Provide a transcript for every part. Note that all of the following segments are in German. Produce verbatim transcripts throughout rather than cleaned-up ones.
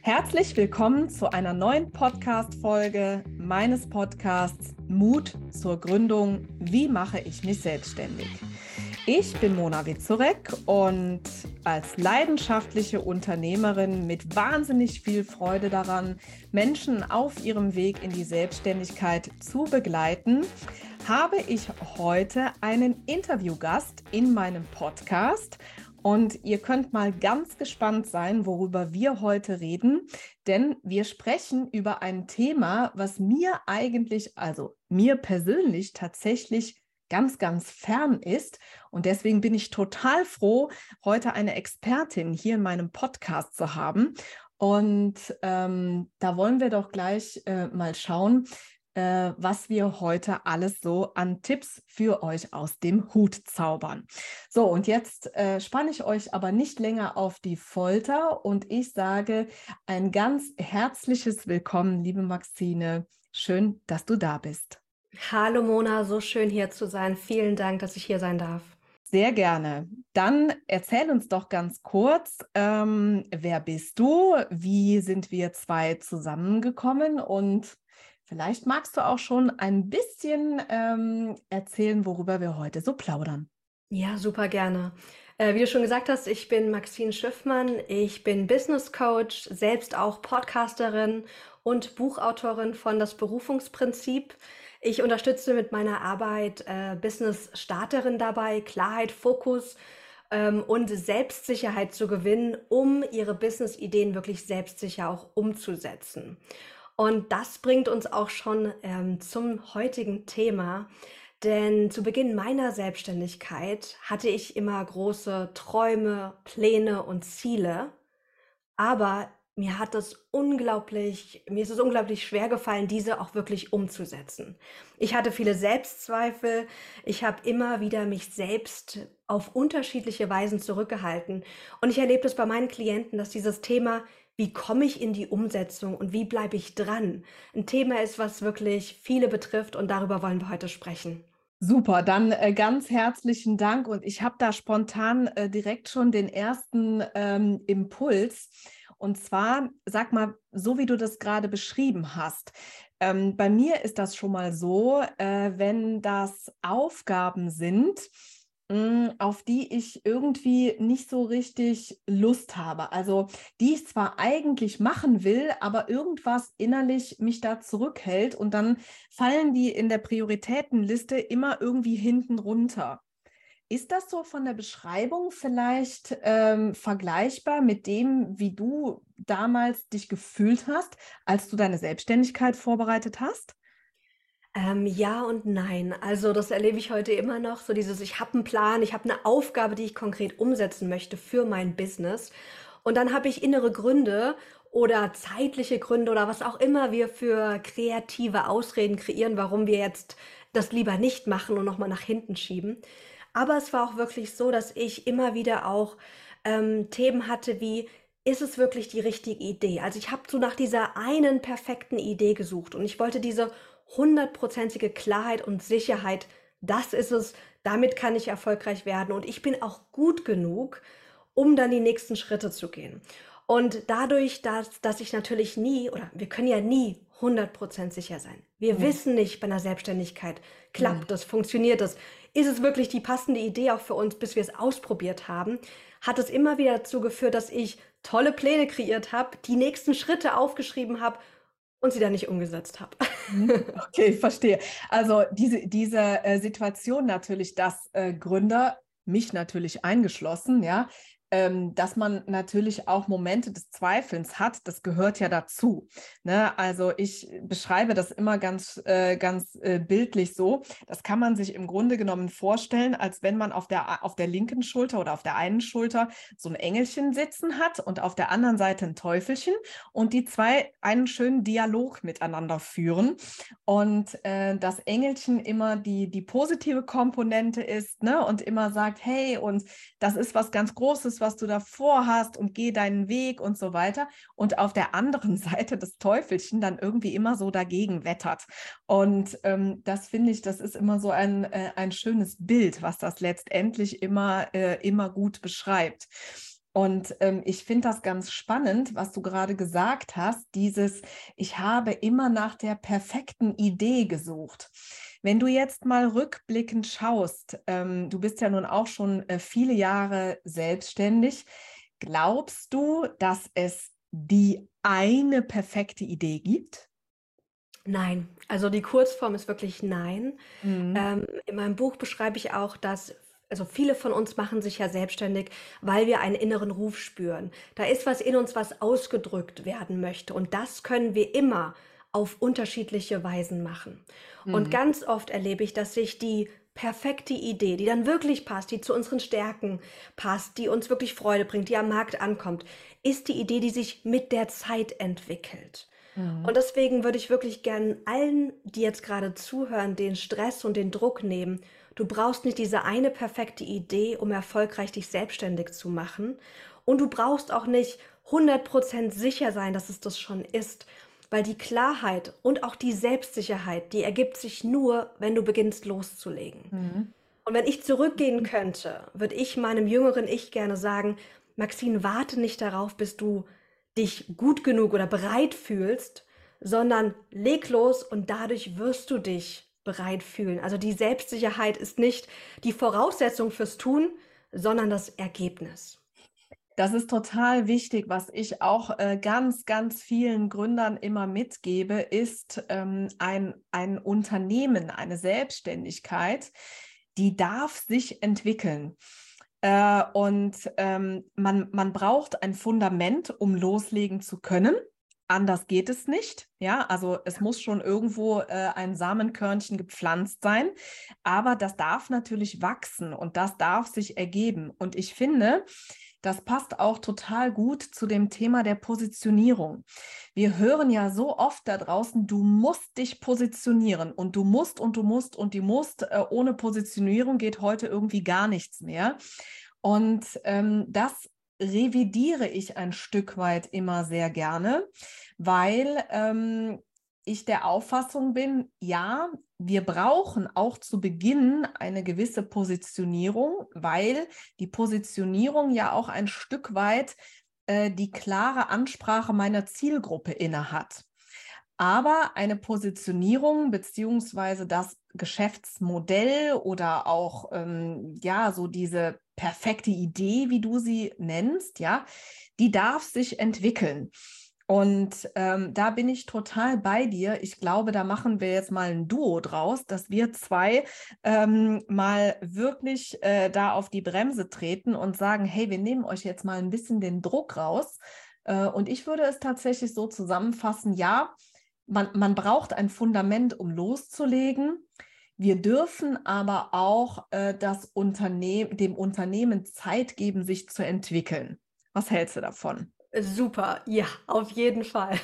Herzlich willkommen zu einer neuen Podcast-Folge meines Podcasts Mut zur Gründung. Wie mache ich mich selbstständig? Ich bin Mona Wiczorek und als leidenschaftliche Unternehmerin mit wahnsinnig viel Freude daran, Menschen auf ihrem Weg in die Selbstständigkeit zu begleiten, habe ich heute einen Interviewgast in meinem Podcast. Und ihr könnt mal ganz gespannt sein, worüber wir heute reden, denn wir sprechen über ein Thema, was mir eigentlich, also mir persönlich tatsächlich ganz, ganz fern ist. Und deswegen bin ich total froh, heute eine Expertin hier in meinem Podcast zu haben. Und ähm, da wollen wir doch gleich äh, mal schauen, äh, was wir heute alles so an Tipps für euch aus dem Hut zaubern. So, und jetzt äh, spanne ich euch aber nicht länger auf die Folter und ich sage ein ganz herzliches Willkommen, liebe Maxine. Schön, dass du da bist. Hallo Mona, so schön hier zu sein. Vielen Dank, dass ich hier sein darf. Sehr gerne. Dann erzähl uns doch ganz kurz, ähm, wer bist du? Wie sind wir zwei zusammengekommen? Und vielleicht magst du auch schon ein bisschen ähm, erzählen, worüber wir heute so plaudern. Ja, super gerne. Äh, wie du schon gesagt hast, ich bin Maxine Schiffmann. Ich bin Business Coach, selbst auch Podcasterin und Buchautorin von Das Berufungsprinzip. Ich unterstütze mit meiner Arbeit äh, Business-Starterinnen dabei, Klarheit, Fokus ähm, und Selbstsicherheit zu gewinnen, um ihre Business-Ideen wirklich selbstsicher auch umzusetzen. Und das bringt uns auch schon ähm, zum heutigen Thema. Denn zu Beginn meiner Selbstständigkeit hatte ich immer große Träume, Pläne und Ziele. Aber mir hat es unglaublich, mir ist es unglaublich schwer gefallen, diese auch wirklich umzusetzen. Ich hatte viele Selbstzweifel. Ich habe immer wieder mich selbst auf unterschiedliche Weisen zurückgehalten. Und ich erlebe das bei meinen Klienten, dass dieses Thema, wie komme ich in die Umsetzung und wie bleibe ich dran, ein Thema ist, was wirklich viele betrifft. Und darüber wollen wir heute sprechen. Super, dann äh, ganz herzlichen Dank und ich habe da spontan äh, direkt schon den ersten ähm, Impuls und zwar, sag mal, so wie du das gerade beschrieben hast, ähm, bei mir ist das schon mal so, äh, wenn das Aufgaben sind, mh, auf die ich irgendwie nicht so richtig Lust habe, also die ich zwar eigentlich machen will, aber irgendwas innerlich mich da zurückhält und dann fallen die in der Prioritätenliste immer irgendwie hinten runter. Ist das so von der Beschreibung vielleicht ähm, vergleichbar mit dem, wie du damals dich gefühlt hast, als du deine Selbstständigkeit vorbereitet hast? Ähm, ja und nein. Also das erlebe ich heute immer noch, so dieses, ich habe einen Plan, ich habe eine Aufgabe, die ich konkret umsetzen möchte für mein Business. Und dann habe ich innere Gründe oder zeitliche Gründe oder was auch immer wir für kreative Ausreden kreieren, warum wir jetzt das lieber nicht machen und noch mal nach hinten schieben. Aber es war auch wirklich so, dass ich immer wieder auch ähm, Themen hatte wie: Ist es wirklich die richtige Idee? Also ich habe so nach dieser einen perfekten Idee gesucht und ich wollte diese hundertprozentige Klarheit und Sicherheit, das ist es, damit kann ich erfolgreich werden und ich bin auch gut genug, um dann die nächsten Schritte zu gehen. Und dadurch, dass, dass ich natürlich nie, oder wir können ja nie hundert Prozent sicher sein. Wir Mhm. wissen nicht bei einer Selbstständigkeit, klappt das, funktioniert das, ist es wirklich die passende Idee auch für uns, bis wir es ausprobiert haben, hat es immer wieder dazu geführt, dass ich tolle Pläne kreiert habe, die nächsten Schritte aufgeschrieben habe und sie dann nicht umgesetzt habe. Okay, ich verstehe. Also diese, diese äh, Situation natürlich, dass äh, Gründer, mich natürlich eingeschlossen, ja, ähm, dass man natürlich auch Momente des Zweifelns hat, das gehört ja dazu. Ne? Also ich beschreibe das immer ganz, äh, ganz äh, bildlich so. Das kann man sich im Grunde genommen vorstellen, als wenn man auf der, auf der linken Schulter oder auf der einen Schulter so ein Engelchen sitzen hat und auf der anderen Seite ein Teufelchen und die zwei einen schönen Dialog miteinander führen. Und äh, das Engelchen immer die, die positive Komponente ist, ne? Und immer sagt, hey, und das ist was ganz Großes, was du da vorhast und geh deinen Weg und so weiter. Und auf der anderen Seite das Teufelchen dann irgendwie immer so dagegen wettert. Und ähm, das finde ich, das ist immer so ein, äh, ein schönes Bild, was das letztendlich immer, äh, immer gut beschreibt. Und ähm, ich finde das ganz spannend, was du gerade gesagt hast, dieses, ich habe immer nach der perfekten Idee gesucht. Wenn du jetzt mal rückblickend schaust, ähm, du bist ja nun auch schon äh, viele Jahre selbstständig, glaubst du, dass es die eine perfekte Idee gibt? Nein, also die Kurzform ist wirklich nein. Mhm. Ähm, in meinem Buch beschreibe ich auch, dass also viele von uns machen sich ja selbstständig, weil wir einen inneren Ruf spüren. Da ist was in uns, was ausgedrückt werden möchte. Und das können wir immer auf unterschiedliche Weisen machen. Und Mhm. ganz oft erlebe ich, dass sich die perfekte Idee, die dann wirklich passt, die zu unseren Stärken passt, die uns wirklich Freude bringt, die am Markt ankommt, ist die Idee, die sich mit der Zeit entwickelt. Und Mhm. deswegen würde ich wirklich gern allen, die jetzt gerade zuhören, den Stress und den Druck nehmen. Du brauchst nicht diese eine perfekte Idee, um erfolgreich dich selbstständig zu machen. Und du brauchst auch nicht hundert Prozent sicher sein, dass es das schon ist. Weil die Klarheit und auch die Selbstsicherheit, die ergibt sich nur, wenn du beginnst loszulegen. Mhm. Und wenn ich zurückgehen könnte, würde ich meinem jüngeren Ich gerne sagen, Maxine, warte nicht darauf, bis du dich gut genug oder bereit fühlst, sondern leg los und dadurch wirst du dich bereit fühlen. Also die Selbstsicherheit ist nicht die Voraussetzung fürs Tun, sondern das Ergebnis. Das ist total wichtig, was ich auch äh, ganz, ganz vielen Gründern immer mitgebe, ist ähm, ein, ein Unternehmen, eine Selbstständigkeit, die darf sich entwickeln. Äh, und ähm, man, man braucht ein Fundament, um loslegen zu können. Anders geht es nicht. Ja, also es muss schon irgendwo äh, ein Samenkörnchen gepflanzt sein, aber das darf natürlich wachsen und das darf sich ergeben. Und ich finde, das passt auch total gut zu dem Thema der Positionierung. Wir hören ja so oft da draußen, du musst dich positionieren und du musst und du musst und du musst. Äh, ohne Positionierung geht heute irgendwie gar nichts mehr. Und ähm, das revidiere ich ein Stück weit immer sehr gerne, weil ähm, ich der Auffassung bin, ja, wir brauchen auch zu Beginn eine gewisse Positionierung, weil die Positionierung ja auch ein Stück weit äh, die klare Ansprache meiner Zielgruppe innehat. Aber eine Positionierung beziehungsweise das Geschäftsmodell oder auch ähm, ja so diese perfekte Idee, wie du sie nennst, ja, die darf sich entwickeln. Und ähm, da bin ich total bei dir. Ich glaube, da machen wir jetzt mal ein Duo draus, dass wir zwei ähm, mal wirklich äh, da auf die Bremse treten und sagen, hey, wir nehmen euch jetzt mal ein bisschen den Druck raus. Äh, und ich würde es tatsächlich so zusammenfassen, ja, man, man braucht ein Fundament, um loszulegen. Wir dürfen aber auch äh, das Unternehmen, dem Unternehmen Zeit geben, sich zu entwickeln. Was hältst du davon? Super, ja, auf jeden Fall.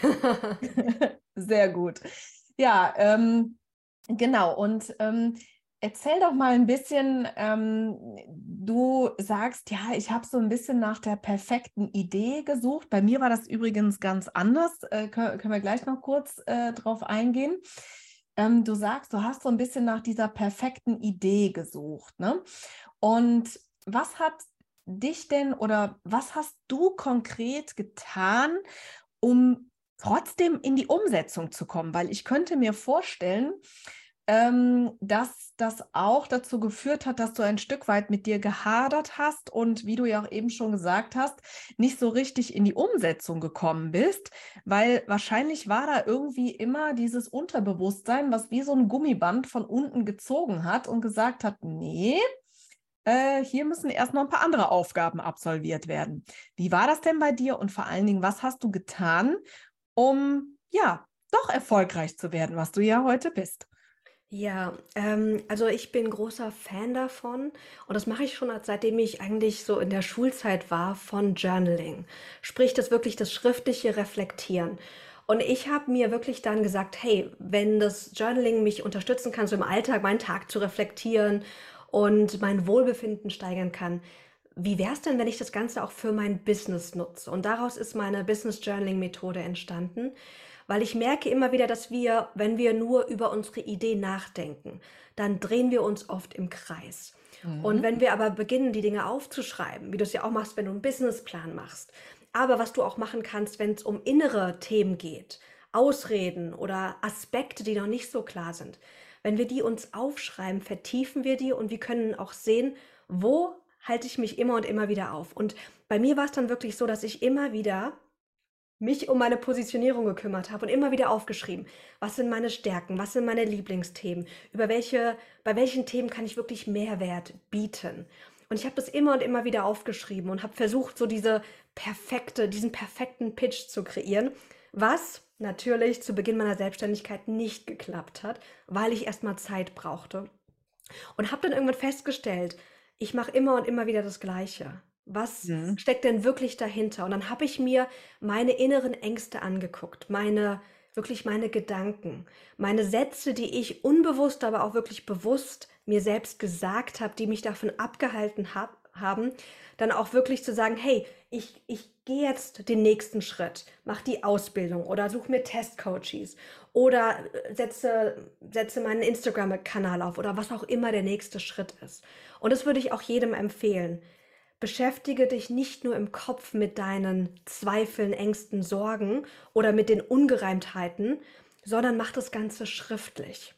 Sehr gut. Ja, ähm, genau. Und ähm, erzähl doch mal ein bisschen, ähm, du sagst, ja, ich habe so ein bisschen nach der perfekten Idee gesucht. Bei mir war das übrigens ganz anders. Äh, können, können wir gleich noch kurz äh, drauf eingehen. Ähm, du sagst, du hast so ein bisschen nach dieser perfekten Idee gesucht, ne? Und was hat dich denn oder was hast du konkret getan, um trotzdem in die Umsetzung zu kommen? Weil ich könnte mir vorstellen, ähm, dass das auch dazu geführt hat, dass du ein Stück weit mit dir gehadert hast und, wie du ja auch eben schon gesagt hast, nicht so richtig in die Umsetzung gekommen bist, weil wahrscheinlich war da irgendwie immer dieses Unterbewusstsein, was wie so ein Gummiband von unten gezogen hat und gesagt hat, nee, äh, hier müssen erst noch ein paar andere Aufgaben absolviert werden. Wie war das denn bei dir und vor allen Dingen, was hast du getan, um ja doch erfolgreich zu werden, was du ja heute bist? Ja, ähm, also ich bin großer Fan davon und das mache ich schon seitdem ich eigentlich so in der Schulzeit war von Journaling. Sprich, das wirklich das schriftliche Reflektieren. Und ich habe mir wirklich dann gesagt, hey, wenn das Journaling mich unterstützen kann, so im Alltag meinen Tag zu reflektieren und mein Wohlbefinden steigern kann, wie wäre es denn, wenn ich das Ganze auch für mein Business nutze? Und daraus ist meine Business Journaling Methode entstanden, weil ich merke immer wieder, dass wir, wenn wir nur über unsere Idee nachdenken, dann drehen wir uns oft im Kreis. Und Mhm. wenn wir aber beginnen, die Dinge aufzuschreiben, wie du es ja auch machst, wenn du einen Businessplan machst, aber was du auch machen kannst, wenn es um innere Themen geht, Ausreden oder Aspekte, die noch nicht so klar sind. Wenn wir die uns aufschreiben, vertiefen wir die und wir können auch sehen, wo halte ich mich immer und immer wieder auf. Und bei mir war es dann wirklich so, dass ich immer wieder mich um meine Positionierung gekümmert habe und immer wieder aufgeschrieben, was sind meine Stärken, was sind meine Lieblingsthemen, über welche, bei welchen Themen kann ich wirklich Mehrwert bieten. Und ich habe das immer und immer wieder aufgeschrieben und habe versucht, so diese perfekte, diesen perfekten Pitch zu kreieren, was natürlich zu Beginn meiner Selbstständigkeit nicht geklappt hat, weil ich erstmal Zeit brauchte. Und habe dann irgendwann festgestellt, ich mache immer und immer wieder das Gleiche. Was Mhm. steckt denn wirklich dahinter? Und dann habe ich mir meine inneren Ängste angeguckt, meine, wirklich meine Gedanken, meine Sätze, die ich unbewusst, aber auch wirklich bewusst mir selbst gesagt habe, die mich davon abgehalten hab, haben, dann auch wirklich zu sagen, hey, ich, ich gehe jetzt den nächsten Schritt, mach die Ausbildung oder suche mir Testcoaches oder äh, setze, setze meinen Instagram-Kanal auf oder was auch immer der nächste Schritt ist. Und das würde ich auch jedem empfehlen. Beschäftige dich nicht nur im Kopf mit deinen Zweifeln, Ängsten, Sorgen oder mit den Ungereimtheiten, sondern mach das Ganze schriftlich.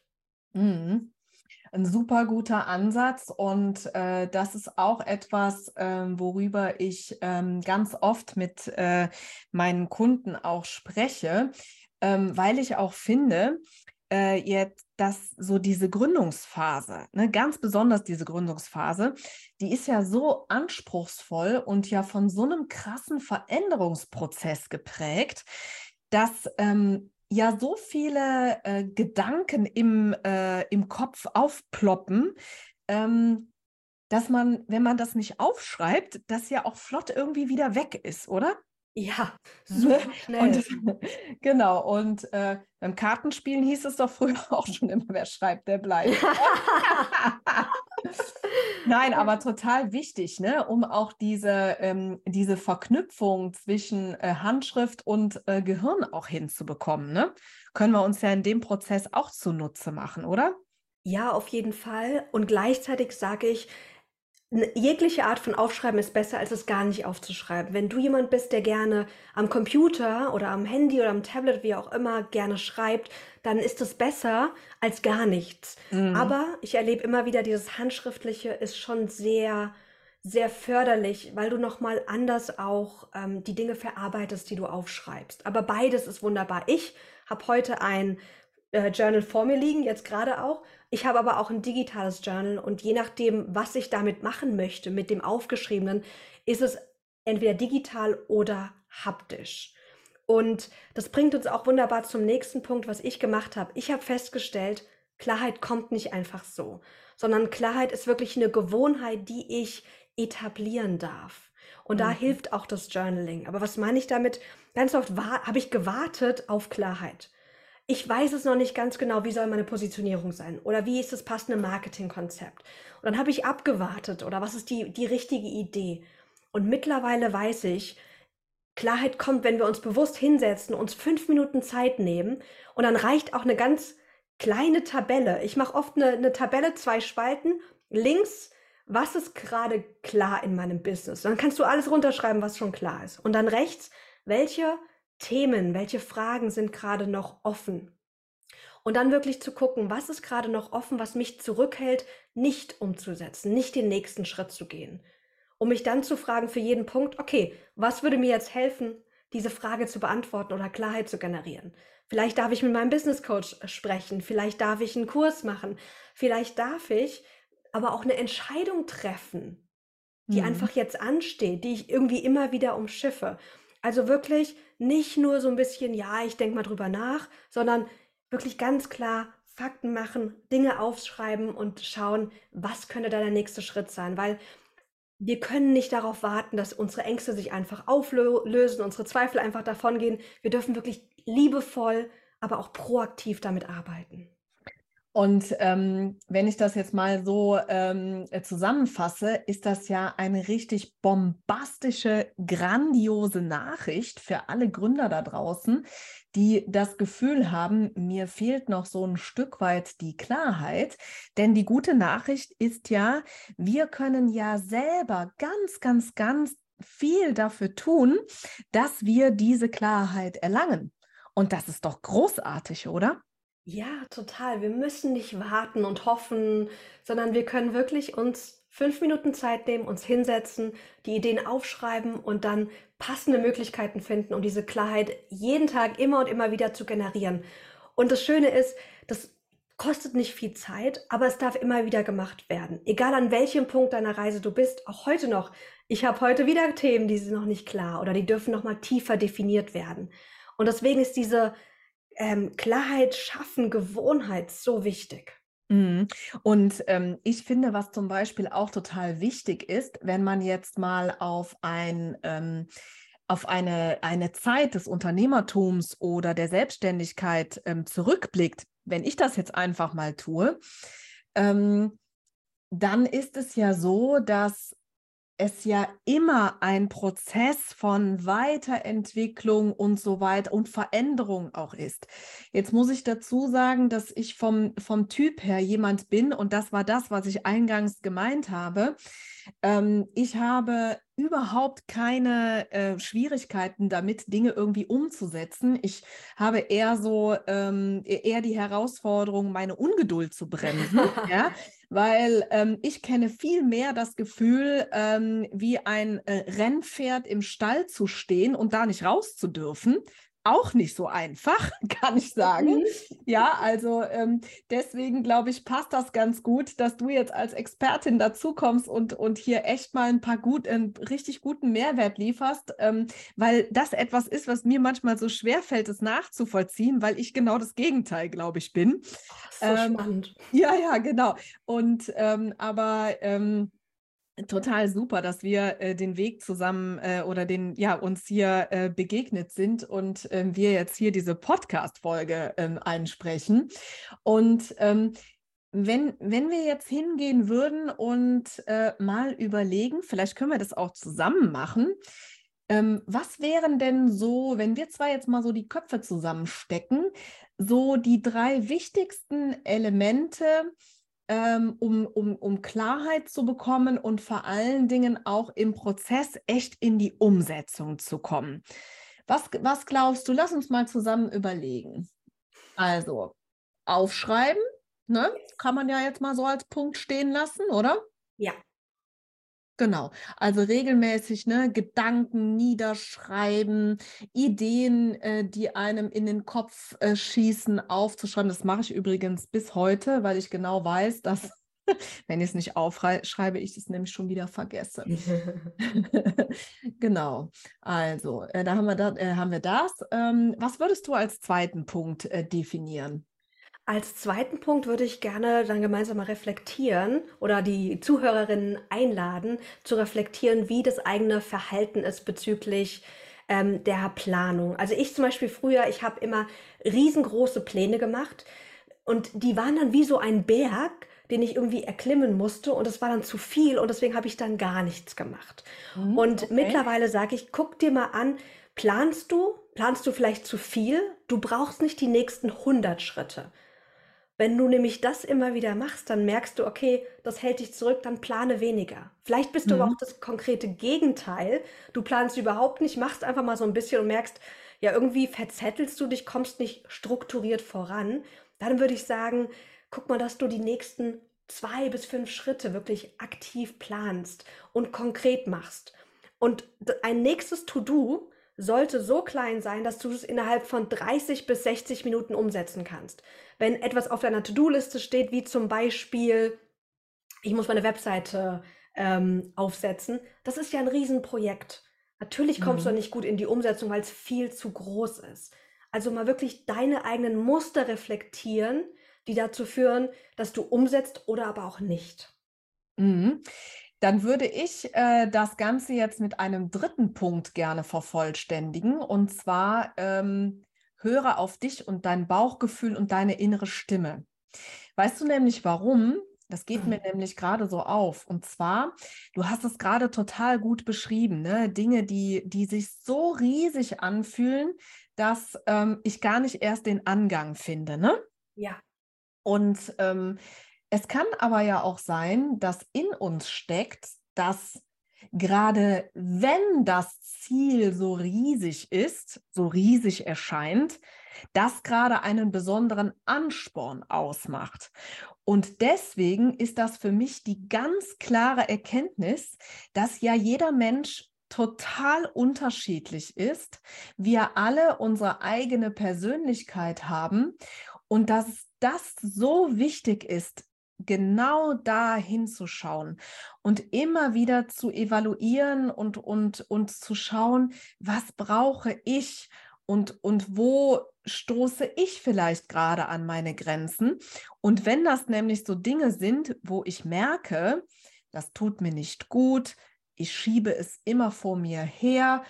Mhm. Ein super guter Ansatz und äh, das ist auch etwas, ähm, worüber ich ähm, ganz oft mit äh, meinen Kunden auch spreche, ähm, weil ich auch finde, äh, jetzt, dass so diese Gründungsphase, ne, ganz besonders diese Gründungsphase, die ist ja so anspruchsvoll und ja von so einem krassen Veränderungsprozess geprägt, dass ähm, ja so viele äh, Gedanken im, äh, im Kopf aufploppen, ähm, dass man, wenn man das nicht aufschreibt, das ja auch flott irgendwie wieder weg ist, oder? Ja, Ne? super Und schnell. genau, und äh, beim Kartenspielen hieß es doch früher auch schon immer, wer schreibt, der bleibt. Nein, aber total wichtig, ne? Um auch diese, ähm, diese Verknüpfung zwischen äh, Handschrift und äh, Gehirn auch hinzubekommen, ne? Können wir uns ja in dem Prozess auch zunutze machen, oder? Ja, auf jeden Fall. Und gleichzeitig sage ich, n- jegliche Art von Aufschreiben ist besser, als es gar nicht aufzuschreiben. Wenn du jemand bist, der gerne am Computer oder am Handy oder am Tablet, wie auch immer, gerne schreibt, dann ist es besser als gar nichts. Mhm. Aber ich erlebe immer wieder, dieses Handschriftliche ist schon sehr, sehr förderlich, weil du nochmal anders auch ähm, die Dinge verarbeitest, die du aufschreibst. Aber beides ist wunderbar. Ich habe heute ein äh, Journal vor mir liegen, jetzt gerade auch. Ich habe aber auch ein digitales Journal und je nachdem, was ich damit machen möchte, mit dem Aufgeschriebenen, ist es entweder digital oder haptisch. Und das bringt uns auch wunderbar zum nächsten Punkt, was ich gemacht habe. Ich habe festgestellt, Klarheit kommt nicht einfach so, sondern Klarheit ist wirklich eine Gewohnheit, die ich etablieren darf. Und da Mhm. hilft auch das Journaling. Aber was meine ich damit? Ganz oft habe ich gewartet auf Klarheit. Ich weiß es noch nicht ganz genau, wie soll meine Positionierung sein oder wie ist das passende Marketingkonzept. Und dann habe ich abgewartet oder was ist die, die richtige Idee. Und mittlerweile weiß ich, Klarheit kommt, wenn wir uns bewusst hinsetzen, uns fünf Minuten Zeit nehmen und dann reicht auch eine ganz kleine Tabelle. Ich mache oft eine, eine Tabelle, zwei Spalten, links, was ist gerade klar in meinem Business. Dann kannst du alles runterschreiben, was schon klar ist. Und dann rechts, welche Themen, welche Fragen sind gerade noch offen. Und dann wirklich zu gucken, was ist gerade noch offen, was mich zurückhält, nicht umzusetzen, nicht den nächsten Schritt zu gehen. Um mich dann zu fragen für jeden Punkt, okay, was würde mir jetzt helfen, diese Frage zu beantworten oder Klarheit zu generieren? Vielleicht darf ich mit meinem Business Coach sprechen, vielleicht darf ich einen Kurs machen, vielleicht darf ich aber auch eine Entscheidung treffen, die Mhm. einfach jetzt ansteht, die ich irgendwie immer wieder umschiffe. Also wirklich nicht nur so ein bisschen, ja, ich denke mal drüber nach, sondern wirklich ganz klar Fakten machen, Dinge aufschreiben und schauen, was könnte da der nächste Schritt sein, weil wir können nicht darauf warten, dass unsere Ängste sich einfach auflösen, unsere Zweifel einfach davongehen. Wir dürfen wirklich liebevoll, aber auch proaktiv damit arbeiten. Und ähm, wenn ich das jetzt mal so ähm, zusammenfasse, ist das ja eine richtig bombastische, grandiose Nachricht für alle Gründer da draußen, die das Gefühl haben, mir fehlt noch so ein Stück weit die Klarheit. Denn die gute Nachricht ist ja, wir können ja selber ganz, ganz, ganz viel dafür tun, dass wir diese Klarheit erlangen. Und das ist doch großartig, oder? Ja, total. Wir müssen nicht warten und hoffen, sondern wir können wirklich uns fünf Minuten Zeit nehmen, uns hinsetzen, die Ideen aufschreiben und dann passende Möglichkeiten finden, um diese Klarheit jeden Tag immer und immer wieder zu generieren. Und das Schöne ist, das kostet nicht viel Zeit, aber es darf immer wieder gemacht werden. Egal an welchem Punkt deiner Reise du bist, auch heute noch. Ich habe heute wieder Themen, die sind noch nicht klar oder die dürfen noch mal tiefer definiert werden. Und deswegen ist diese ähm, Klarheit schaffen, Gewohnheit so wichtig. Mhm. Und ähm, ich finde, was zum Beispiel auch total wichtig ist, wenn man jetzt mal auf ein, ähm, auf eine, eine Zeit des Unternehmertums oder der Selbstständigkeit ähm, zurückblickt, wenn ich das jetzt einfach mal tue, ähm, dann ist es ja so, dass es ja immer ein Prozess von Weiterentwicklung und so weiter und Veränderung auch ist. Jetzt muss ich dazu sagen, dass ich vom, vom Typ her jemand bin, und das war das, was ich eingangs gemeint habe. Ähm, ich habe überhaupt keine äh, Schwierigkeiten damit, Dinge irgendwie umzusetzen. Ich habe eher so ähm, eher die Herausforderung, meine Ungeduld zu bremsen, ja, weil ähm, ich kenne viel mehr das Gefühl, ähm, wie ein äh, Rennpferd im Stall zu stehen und da nicht raus zu dürfen. Auch nicht so einfach, kann ich sagen. Mhm. Ja, also ähm, deswegen glaube ich, passt das ganz gut, dass du jetzt als Expertin dazukommst und, und hier echt mal ein paar gut, einen richtig guten Mehrwert lieferst, ähm, weil das etwas ist, was mir manchmal so schwer fällt, es nachzuvollziehen, weil ich genau das Gegenteil, glaube ich, bin. Das ist so Ähm, spannend. ja, ja, genau. Und ähm, aber ähm, total super, dass wir äh, den Weg zusammen äh, oder den, ja, uns hier äh, begegnet sind und ähm, wir jetzt hier diese Podcast-Folge ähm, einsprechen. Und ähm, wenn, wenn wir jetzt hingehen würden und äh, mal überlegen, vielleicht können wir das auch zusammen machen. Ähm, was wären denn so, wenn wir zwei jetzt mal so die Köpfe zusammenstecken, so die drei wichtigsten Elemente, ähm, um, um, um Klarheit zu bekommen und vor allen Dingen auch im Prozess echt in die Umsetzung zu kommen? Was, was glaubst du? Lass uns mal zusammen überlegen. Also, aufschreiben, ne? Kann man ja jetzt mal so als Punkt stehen lassen, oder? Ja. Genau, also regelmäßig, ne, Gedanken niederschreiben, Ideen, äh, die einem in den Kopf äh, schießen, aufzuschreiben. Das mache ich übrigens bis heute, weil ich genau weiß, dass, wenn ich es nicht aufschreibe, ich es nämlich schon wieder vergesse. Genau, also äh, da haben wir, da, äh, haben wir das. Ähm, was würdest du als zweiten Punkt äh, definieren? Als zweiten Punkt würde ich gerne dann gemeinsam mal reflektieren oder die Zuhörerinnen einladen, zu reflektieren, wie das eigene Verhalten ist bezüglich ähm, der Planung. Also ich zum Beispiel früher, ich habe immer riesengroße Pläne gemacht und die waren dann wie so ein Berg, den ich irgendwie erklimmen musste und es war dann zu viel und deswegen habe ich dann gar nichts gemacht. Mhm, Und okay. mittlerweile sage ich, guck dir mal an, planst du, planst du vielleicht zu viel? Du brauchst nicht die nächsten hundert Schritte. Wenn du nämlich das immer wieder machst, dann merkst du, okay, das hält dich zurück, dann plane weniger. Vielleicht bist du aber Mhm. auch das konkrete Gegenteil. Du planst überhaupt nicht, machst einfach mal so ein bisschen und merkst, ja, irgendwie verzettelst du dich, kommst nicht strukturiert voran. Dann würde ich sagen, guck mal, dass du die nächsten zwei bis fünf Schritte wirklich aktiv planst und konkret machst. Und ein nächstes To-Do sollte so klein sein, dass du es innerhalb von dreißig bis sechzig Minuten umsetzen kannst. Wenn etwas auf deiner To-Do-Liste steht, wie zum Beispiel, ich muss meine Webseite ähm, aufsetzen, das ist ja ein Riesenprojekt. Natürlich kommst du Mhm. nicht gut in die Umsetzung, weil es viel zu groß ist. Also mal wirklich deine eigenen Muster reflektieren, die dazu führen, dass du umsetzt oder aber auch nicht. Mhm. Dann würde ich äh, das Ganze jetzt mit einem dritten Punkt gerne vervollständigen. Und zwar ähm, höre auf dich und dein Bauchgefühl und deine innere Stimme. Weißt du nämlich warum? Das geht mir nämlich gerade so auf. Und zwar, du hast es gerade total gut beschrieben, ne? Dinge, die, die sich so riesig anfühlen, dass ähm, ich gar nicht erst den Angang finde, ne? Ja, Und ähm, es kann aber ja auch sein, dass in uns steckt, dass gerade wenn das Ziel so riesig ist, so riesig erscheint, das gerade einen besonderen Ansporn ausmacht. Und deswegen ist das für mich die ganz klare Erkenntnis, dass ja jeder Mensch total unterschiedlich ist, wir alle unsere eigene Persönlichkeit haben und dass das so wichtig ist, genau da hinzuschauen und immer wieder zu evaluieren und, und, und zu schauen, was brauche ich und, und wo stoße ich vielleicht gerade an meine Grenzen. Und wenn das nämlich so Dinge sind, wo ich merke, das tut mir nicht gut, ich schiebe es immer vor mir her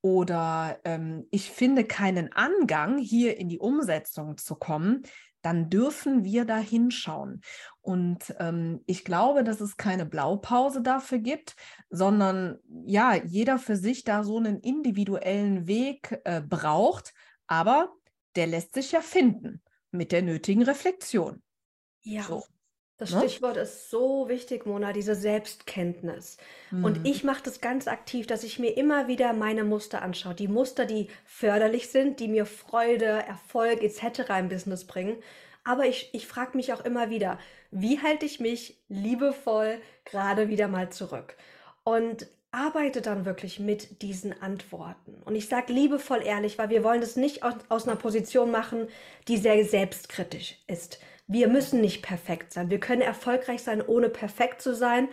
oder ähm, ich finde keinen Angang, hier in die Umsetzung zu kommen, dann dürfen wir da hinschauen. Und ähm, ich glaube, dass es keine Blaupause dafür gibt, sondern ja, jeder für sich da so einen individuellen Weg äh, braucht, aber der lässt sich ja finden mit der nötigen Reflexion. ja. So, Das ne? Stichwort ist so wichtig, Mona, diese Selbstkenntnis. Und Mhm. ich mache das ganz aktiv, dass ich mir immer wieder meine Muster anschaue. Die Muster, die förderlich sind, die mir Freude, Erfolg et cetera im Business bringen. Aber ich, ich frage mich auch immer wieder, wie halte ich mich liebevoll gerade wieder mal zurück? Und arbeite dann wirklich mit diesen Antworten. Und ich sage liebevoll ehrlich, weil wir wollen das nicht aus, aus einer Position machen, die sehr selbstkritisch ist. Wir müssen nicht perfekt sein. Wir können erfolgreich sein, ohne perfekt zu sein.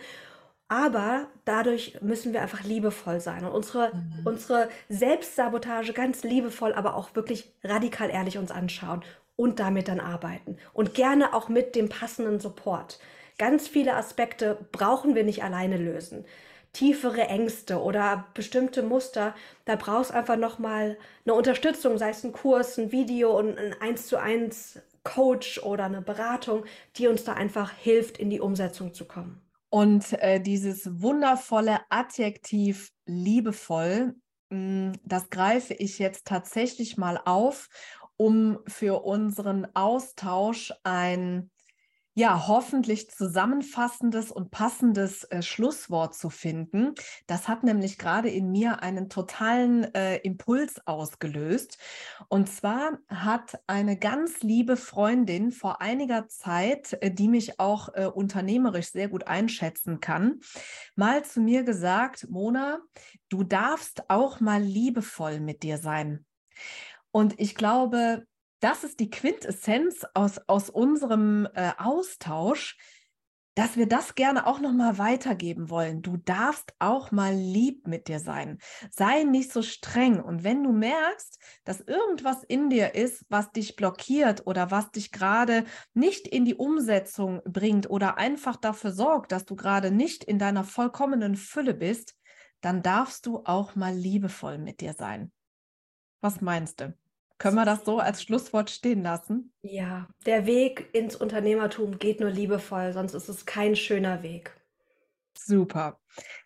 Aber dadurch müssen wir einfach liebevoll sein und unsere, Mhm. unsere Selbstsabotage ganz liebevoll, aber auch wirklich radikal ehrlich uns anschauen und damit dann arbeiten. Und gerne auch mit dem passenden Support. Ganz viele Aspekte brauchen wir nicht alleine lösen. Tiefere Ängste oder bestimmte Muster, da brauchst einfach nochmal eine Unterstützung, sei es ein Kurs, ein Video und ein eins zu eins Coach oder eine Beratung, die uns da einfach hilft, in die Umsetzung zu kommen. Und äh, dieses wundervolle Adjektiv liebevoll, mh, das greife ich jetzt tatsächlich mal auf, um für unseren Austausch ein ja, hoffentlich zusammenfassendes und passendes äh, Schlusswort zu finden. Das hat nämlich gerade in mir einen totalen äh, Impuls ausgelöst. Und zwar hat eine ganz liebe Freundin vor einiger Zeit, äh, die mich auch äh, unternehmerisch sehr gut einschätzen kann, mal zu mir gesagt, Mona, du darfst auch mal liebevoll mit dir sein. Und ich glaube, das ist die Quintessenz aus, aus unserem äh, Austausch, dass wir das gerne auch noch mal weitergeben wollen. Du darfst auch mal lieb mit dir sein. Sei nicht so streng. Und wenn du merkst, dass irgendwas in dir ist, was dich blockiert oder was dich gerade nicht in die Umsetzung bringt oder einfach dafür sorgt, dass du gerade nicht in deiner vollkommenen Fülle bist, dann darfst du auch mal liebevoll mit dir sein. Was meinst du? Können wir das so als Schlusswort stehen lassen? Ja, der Weg ins Unternehmertum geht nur liebevoll, sonst ist es kein schöner Weg. Super.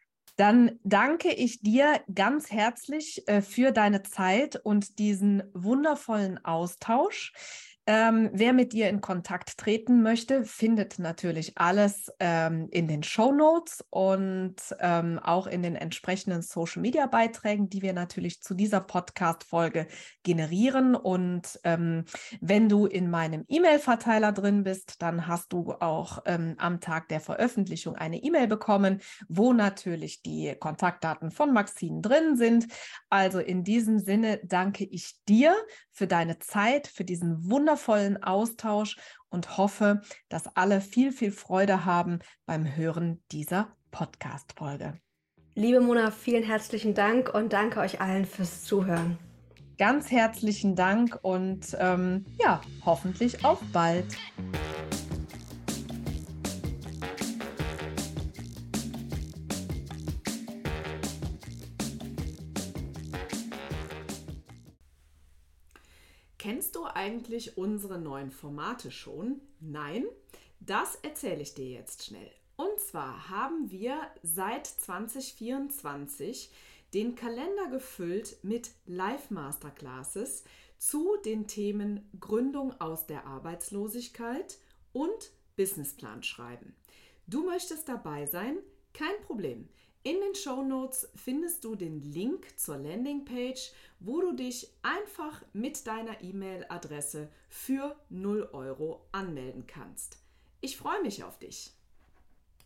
Dann danke ich dir ganz herzlich äh, für deine Zeit und diesen wundervollen Austausch. Ähm, wer mit dir in Kontakt treten möchte, findet natürlich alles ähm, in den Shownotes und ähm, auch in den entsprechenden Social-Media-Beiträgen, die wir natürlich zu dieser Podcast-Folge generieren. Und ähm, wenn du in meinem E-Mail-Verteiler drin bist, dann hast du auch ähm, am Tag der Veröffentlichung eine E-Mail bekommen, wo natürlich die Kontaktdaten von Maxine drin sind. Also in diesem Sinne danke ich dir für deine Zeit, für diesen wundervollen Austausch und hoffe, dass alle viel, viel Freude haben beim Hören dieser Podcast-Folge. Liebe Mona, vielen herzlichen Dank und danke euch allen fürs Zuhören. Ganz herzlichen Dank und ähm, ja, hoffentlich auf bald. Kennst du eigentlich unsere neuen Formate schon? Nein? Das erzähle ich dir jetzt schnell. Und zwar haben wir seit zwanzig vierundzwanzig den Kalender gefüllt mit Live-Masterclasses zu den Themen Gründung aus der Arbeitslosigkeit und Businessplan schreiben. Du möchtest dabei sein? Kein Problem. In den Shownotes findest du den Link zur Landingpage, wo du dich einfach mit deiner E-Mail-Adresse für null Euro anmelden kannst. Ich freue mich auf dich.